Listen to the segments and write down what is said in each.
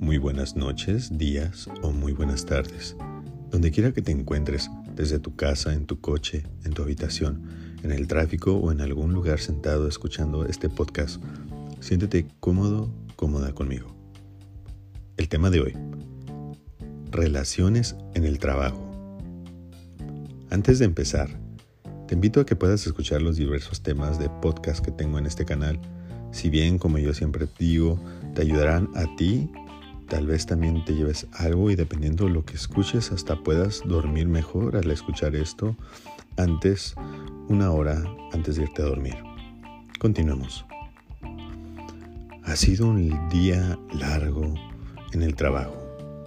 Muy buenas noches, días o muy buenas tardes. Donde quiera que te encuentres, desde tu casa, en tu coche, en tu habitación, en el tráfico o en algún lugar sentado escuchando este podcast, siéntete cómodo, cómoda conmigo. El tema de hoy: relaciones en el trabajo. Antes de empezar, te invito a que puedas escuchar los diversos temas de podcast que tengo en este canal. Si bien, como yo siempre digo, te ayudarán a ti, tal vez también te lleves algo y dependiendo de lo que escuches, hasta puedas dormir mejor al escuchar esto una hora antes de irte a dormir. Continuemos. Ha sido un día largo en el trabajo.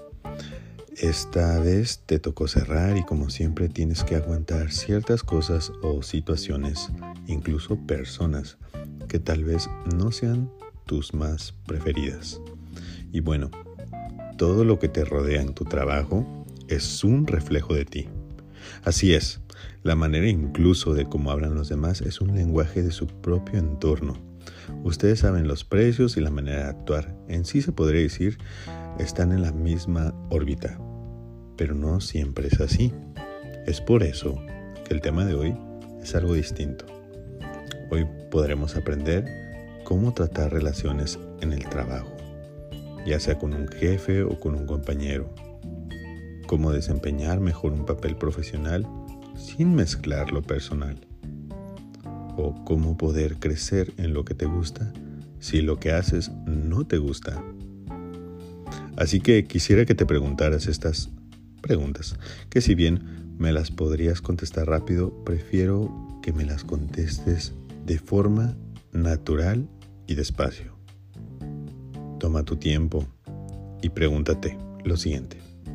Esta vez te tocó cerrar y como siempre tienes que aguantar ciertas cosas o situaciones, incluso personas, que tal vez no sean tus más preferidas. Y bueno, todo lo que te rodea en tu trabajo es un reflejo de ti. Así es, la manera incluso de cómo hablan los demás es un lenguaje de su propio entorno. Ustedes saben los precios y la manera de actuar. En sí se podría decir, están en la misma órbita. Pero no siempre es así. Es por eso que el tema de hoy es algo distinto. Hoy podremos aprender cómo tratar relaciones en el trabajo, ya sea con un jefe o con un compañero. Cómo desempeñar mejor un papel profesional sin mezclar lo personal. O cómo poder crecer en lo que te gusta si lo que haces no te gusta. Así que quisiera que te preguntaras estas preguntas, que si bien me las podrías contestar rápido, prefiero que me las contestes de forma natural y despacio. Toma tu tiempo y pregúntate lo siguiente: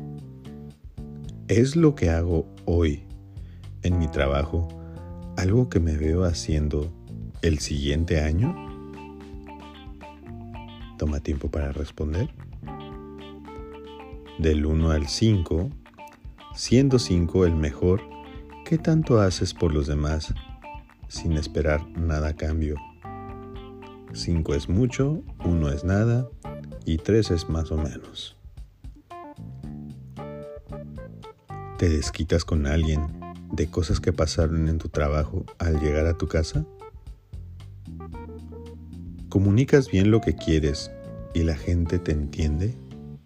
¿es lo que hago hoy en mi trabajo algo que me veo haciendo el siguiente año? Toma tiempo para responder. Del 1 al 5, siendo 5 el mejor, ¿qué tanto haces por los demás sin esperar nada a cambio? 5 es mucho, 1 es nada y 3 es más o menos. ¿Te desquitas con alguien de cosas que pasaron en tu trabajo al llegar a tu casa? ¿Comunicas bien lo que quieres y la gente te entiende?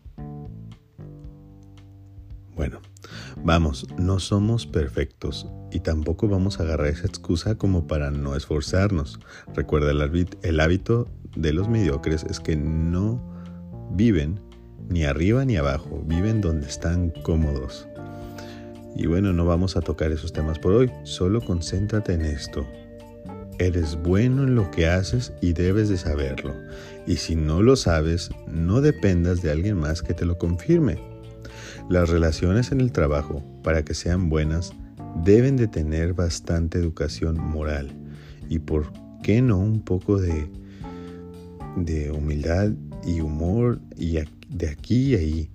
Bueno, vamos, no somos perfectos y tampoco vamos a agarrar esa excusa como para no esforzarnos. Recuerda, el hábito de los mediocres es que no viven ni arriba ni abajo, viven donde están cómodos. Y bueno, no vamos a tocar esos temas por hoy, solo concéntrate en esto. Eres bueno en lo que haces y debes de saberlo. Y si no lo sabes, no dependas de alguien más que te lo confirme. Las relaciones en el trabajo, para que sean buenas, deben de tener bastante educación moral y, ¿por qué no, un poco de humildad y humor y de aquí y ahí?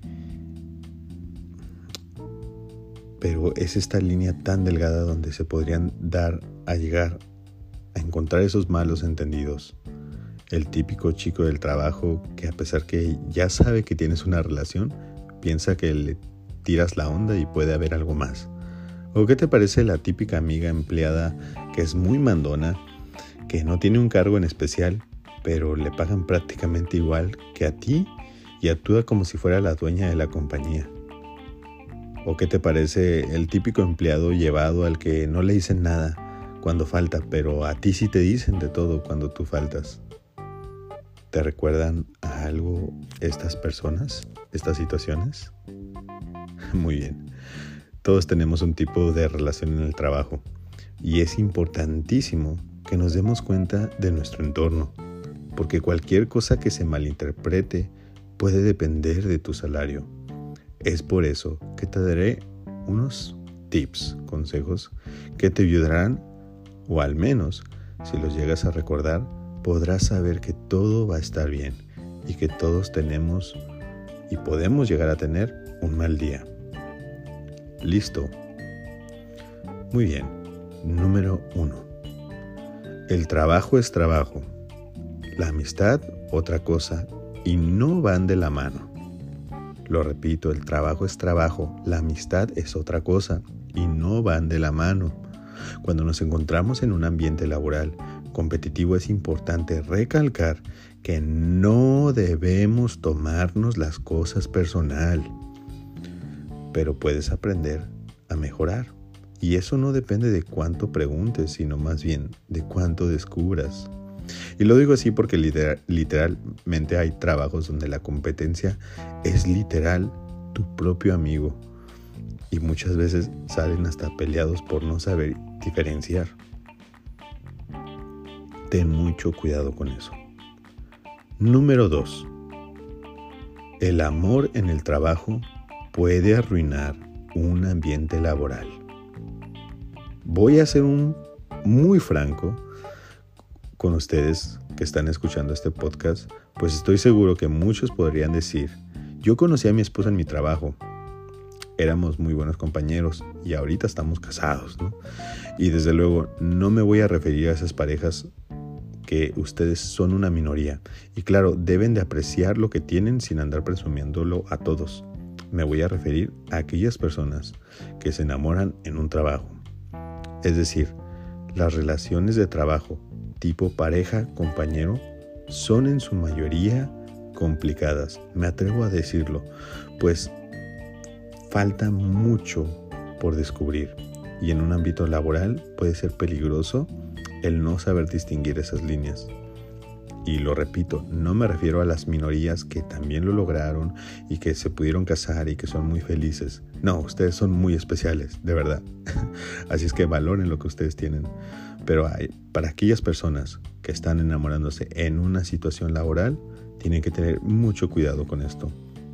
Pero es esta línea tan delgada donde se podrían llegar a encontrar esos malos entendidos. El típico chico del trabajo que, a pesar que ya sabe que tienes una relación, piensa que le tiras la onda y puede haber algo más. ¿O qué te parece la típica amiga empleada que es muy mandona, que no tiene un cargo en especial, pero le pagan prácticamente igual que a ti y actúa como si fuera la dueña de la compañía? ¿O qué te parece el típico empleado llevado al que no le dicen nada cuando falta, pero a ti sí te dicen de todo cuando tú faltas? ¿Te recuerdan a algo estas personas, estas situaciones? Muy bien. Todos tenemos un tipo de relación en el trabajo y es importantísimo que nos demos cuenta de nuestro entorno, porque cualquier cosa que se malinterprete puede depender de tu salario. Es por eso que te daré unos tips, consejos que te ayudarán, o al menos, si los llegas a recordar, podrás saber que todo va a estar bien y que todos tenemos y podemos llegar a tener un mal día. ¿Listo? Muy bien. Número 1. El trabajo es trabajo. La amistad, otra cosa, y no van de la mano. Lo repito, el trabajo es trabajo, la amistad es otra cosa y no van de la mano. Cuando nos encontramos en un ambiente laboral competitivo es importante recalcar que no debemos tomarnos las cosas personal, pero puedes aprender a mejorar. Y eso no depende de cuánto preguntes, sino más bien de cuánto descubras. Y lo digo así porque literalmente hay trabajos donde la competencia es literal tu propio amigo. Y muchas veces salen hasta peleados por no saber diferenciar. Ten mucho cuidado con eso. Número 2. El amor en el trabajo puede arruinar un ambiente laboral. Voy a ser muy franco con ustedes que están escuchando este podcast, pues estoy seguro que muchos podrían decir, yo conocí a mi esposa en mi trabajo, éramos muy buenos compañeros y ahorita estamos casados, ¿no? Y desde luego no me voy a referir a esas parejas que ustedes son una minoría. Y claro, deben de apreciar lo que tienen sin andar presumiéndolo a todos. Me voy a referir a aquellas personas que se enamoran en un trabajo. Es decir, las relaciones de trabajo tipo pareja, compañero, son en su mayoría complicadas. Me atrevo a decirlo, pues falta mucho por descubrir. Y en un ámbito laboral puede ser peligroso el no saber distinguir esas líneas. Y lo repito, no me refiero a las minorías que también lo lograron y que se pudieron casar y que son muy felices. No, ustedes son muy especiales, de verdad. Así es que valoren lo que ustedes tienen. Pero para aquellas personas que están enamorándose en una situación laboral, tienen que tener mucho cuidado con esto.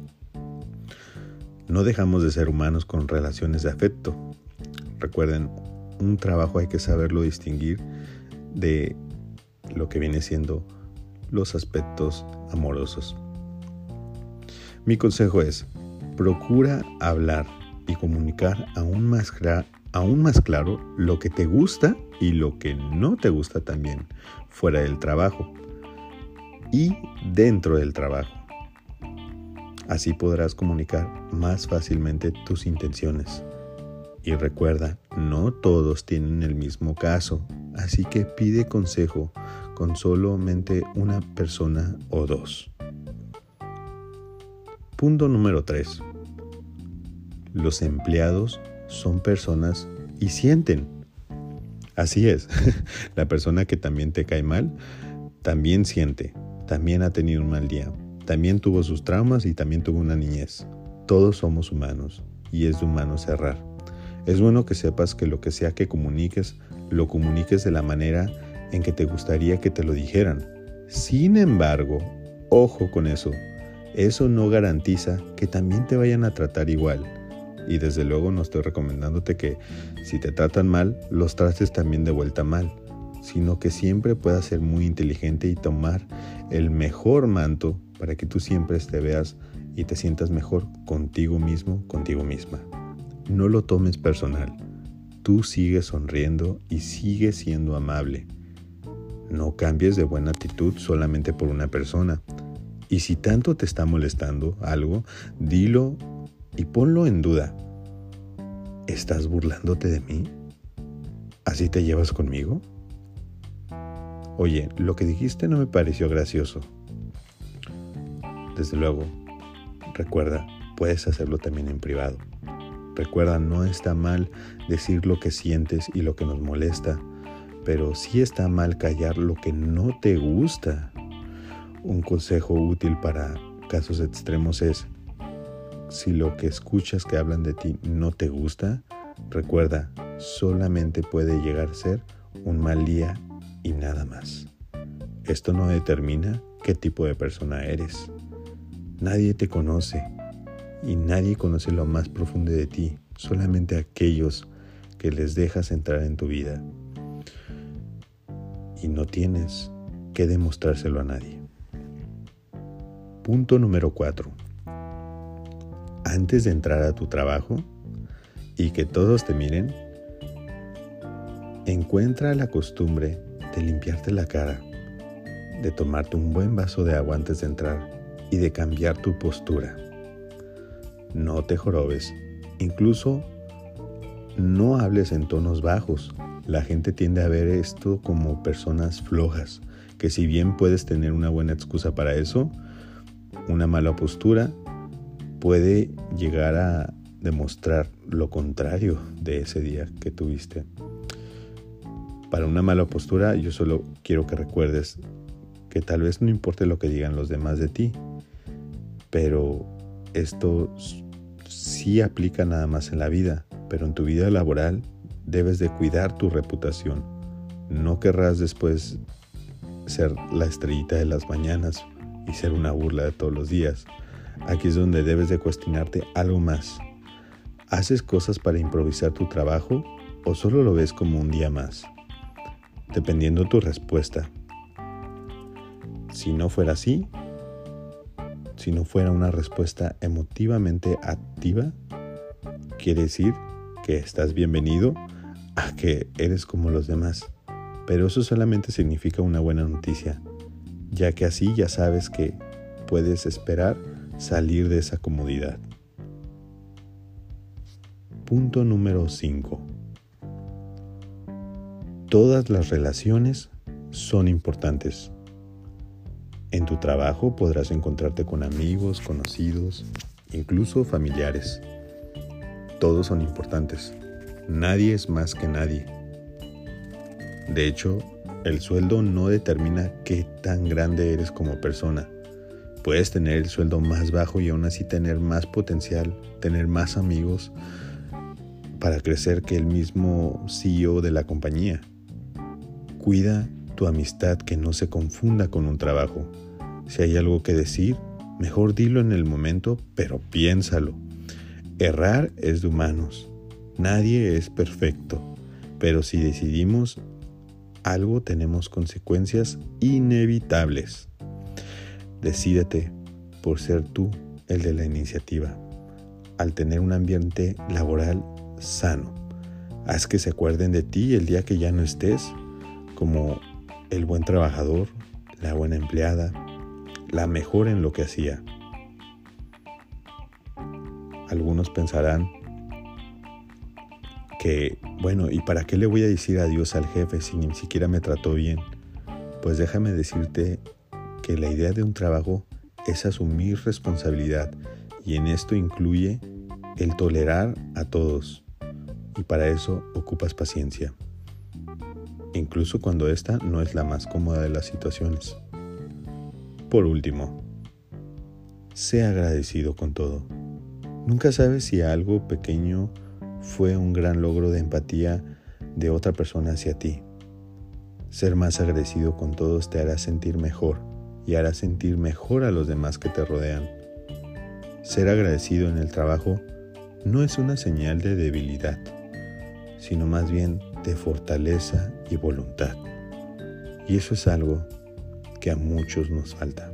No dejamos de ser humanos con relaciones de afecto. Recuerden, un trabajo hay que saberlo distinguir de lo que viene siendo los aspectos amorosos. Mi consejo es, procura hablar y comunicar aún más claro lo que te gusta y lo que no te gusta también, fuera del trabajo y dentro del trabajo. Así podrás comunicar más fácilmente tus intenciones. Y recuerda, no todos tienen el mismo caso, así que pide consejo con solamente una persona o dos. Punto número 3. Los empleados son personas y sienten. Así es, la persona que también te cae mal, también siente, también ha tenido un mal día, también tuvo sus traumas y también tuvo una niñez. Todos somos humanos y es de humanos errar. Es bueno que sepas que lo que sea que comuniques, lo comuniques de la manera en que te gustaría que te lo dijeran. Sin embargo, ojo con eso. Eso no garantiza que también te vayan a tratar igual. Y desde luego no estoy recomendándote que si te tratan mal, los trates también de vuelta mal, sino que siempre puedas ser muy inteligente y tomar el mejor manto para que tú siempre te veas y te sientas mejor contigo mismo, contigo misma. No lo tomes personal. Tú sigues sonriendo y sigues siendo amable. No cambies de buena actitud solamente por una persona. Y si tanto te está molestando algo, dilo y ponlo en duda. ¿Estás burlándote de mí? ¿Así te llevas conmigo? Oye, lo que dijiste no me pareció gracioso. Desde luego, recuerda, puedes hacerlo también en privado. Recuerda, no está mal decir lo que sientes y lo que nos molesta, pero sí está mal callar lo que no te gusta. Un consejo útil para casos extremos es, si lo que escuchas que hablan de ti no te gusta, recuerda, solamente puede llegar a ser un mal día y nada más. Esto no determina qué tipo de persona eres. Nadie te conoce y nadie conoce lo más profundo de ti, solamente aquellos que les dejas entrar en tu vida. Y no tienes que demostrárselo a nadie. Punto número 4. Antes de entrar a tu trabajo y que todos te miren, encuentra la costumbre de limpiarte la cara, de tomarte un buen vaso de agua antes de entrar y de cambiar tu postura. No te jorobes. Incluso no hables en tonos bajos. La gente tiende a ver esto como personas flojas, que si bien puedes tener una buena excusa para eso, una mala postura puede llegar a demostrar lo contrario de ese día que tuviste. Para una mala postura, yo solo quiero que recuerdes que tal vez no importe lo que digan los demás de ti, pero esto sí aplica nada más en la vida, pero en tu vida laboral debes de cuidar tu reputación. No querrás después ser la estrellita de las mañanas y ser una burla de todos los días. Aquí es donde debes de cuestionarte algo más. ¿Haces cosas para improvisar tu trabajo o solo lo ves como un día más? Dependiendo tu respuesta. Si no fuera así, si no fuera una respuesta emotivamente activa, quiere decir que estás bienvenido a que eres como los demás. Pero eso solamente significa una buena noticia, ya que así ya sabes que puedes esperar salir de esa comodidad. Punto número 5. Todas las relaciones son importantes. En tu trabajo podrás encontrarte con amigos, conocidos, incluso familiares. Todos son importantes. Nadie es más que nadie. De hecho, el sueldo no determina qué tan grande eres como persona. Puedes tener el sueldo más bajo y aún así tener más potencial, tener más amigos para crecer que el mismo CEO de la compañía. Cuida tu amistad, que no se confunda con un trabajo. Si hay algo que decir, mejor dilo en el momento, pero piénsalo. Errar es de humanos. Nadie es perfecto, pero si decidimos algo, tenemos consecuencias inevitables. Decídete por ser tú el de la iniciativa. Al tener un ambiente laboral sano, haz que se acuerden de ti el día que ya no estés, como el buen trabajador, la buena empleada, la mejor en lo que hacía. Algunos pensarán que, bueno, ¿y para qué le voy a decir adiós al jefe si ni siquiera me trató bien? Pues déjame decirte que la idea de un trabajo es asumir responsabilidad, y en esto incluye el tolerar a todos, y para eso ocupas paciencia, incluso cuando esta no es la más cómoda de las situaciones. Por último, sé agradecido con todo. Nunca sabes si algo pequeño fue un gran logro de empatía de otra persona hacia ti. Ser más agradecido con todos te hará sentir mejor y hará sentir mejor a los demás que te rodean. Ser agradecido en el trabajo no es una señal de debilidad, sino más bien de fortaleza y voluntad. Y eso es algo que a muchos nos falta.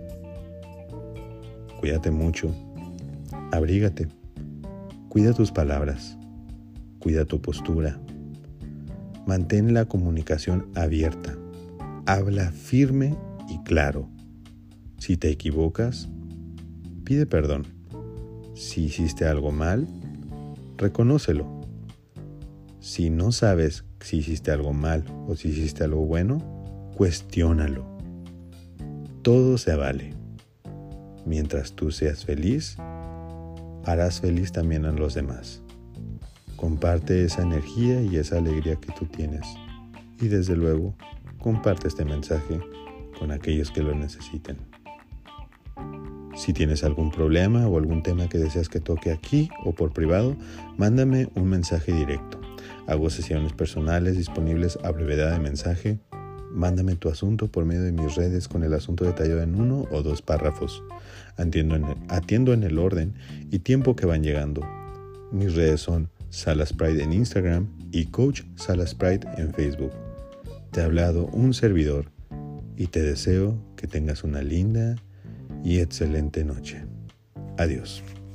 Cuídate mucho, abrígate, cuida tus palabras, cuida tu postura, mantén la comunicación abierta, habla firme y claro. Si te equivocas, pide perdón. Si hiciste algo mal, reconócelo. Si no sabes si hiciste algo mal o si hiciste algo bueno, cuestiónalo. Todo se vale. Mientras tú seas feliz, harás feliz también a los demás. Comparte esa energía y esa alegría que tú tienes. Y desde luego, comparte este mensaje con aquellos que lo necesiten. Si tienes algún problema o algún tema que deseas que toque aquí o por privado, mándame un mensaje directo. Hago sesiones personales disponibles a brevedad de mensaje. Mándame tu asunto por medio de mis redes con el asunto detallado en 1 o 2 párrafos. Atiendo en el orden y tiempo que van llegando. Mis redes son Salas Pride en Instagram y Coach Salas Pride en Facebook. Te ha hablado un servidor y te deseo que tengas una linda y excelente noche. Adiós.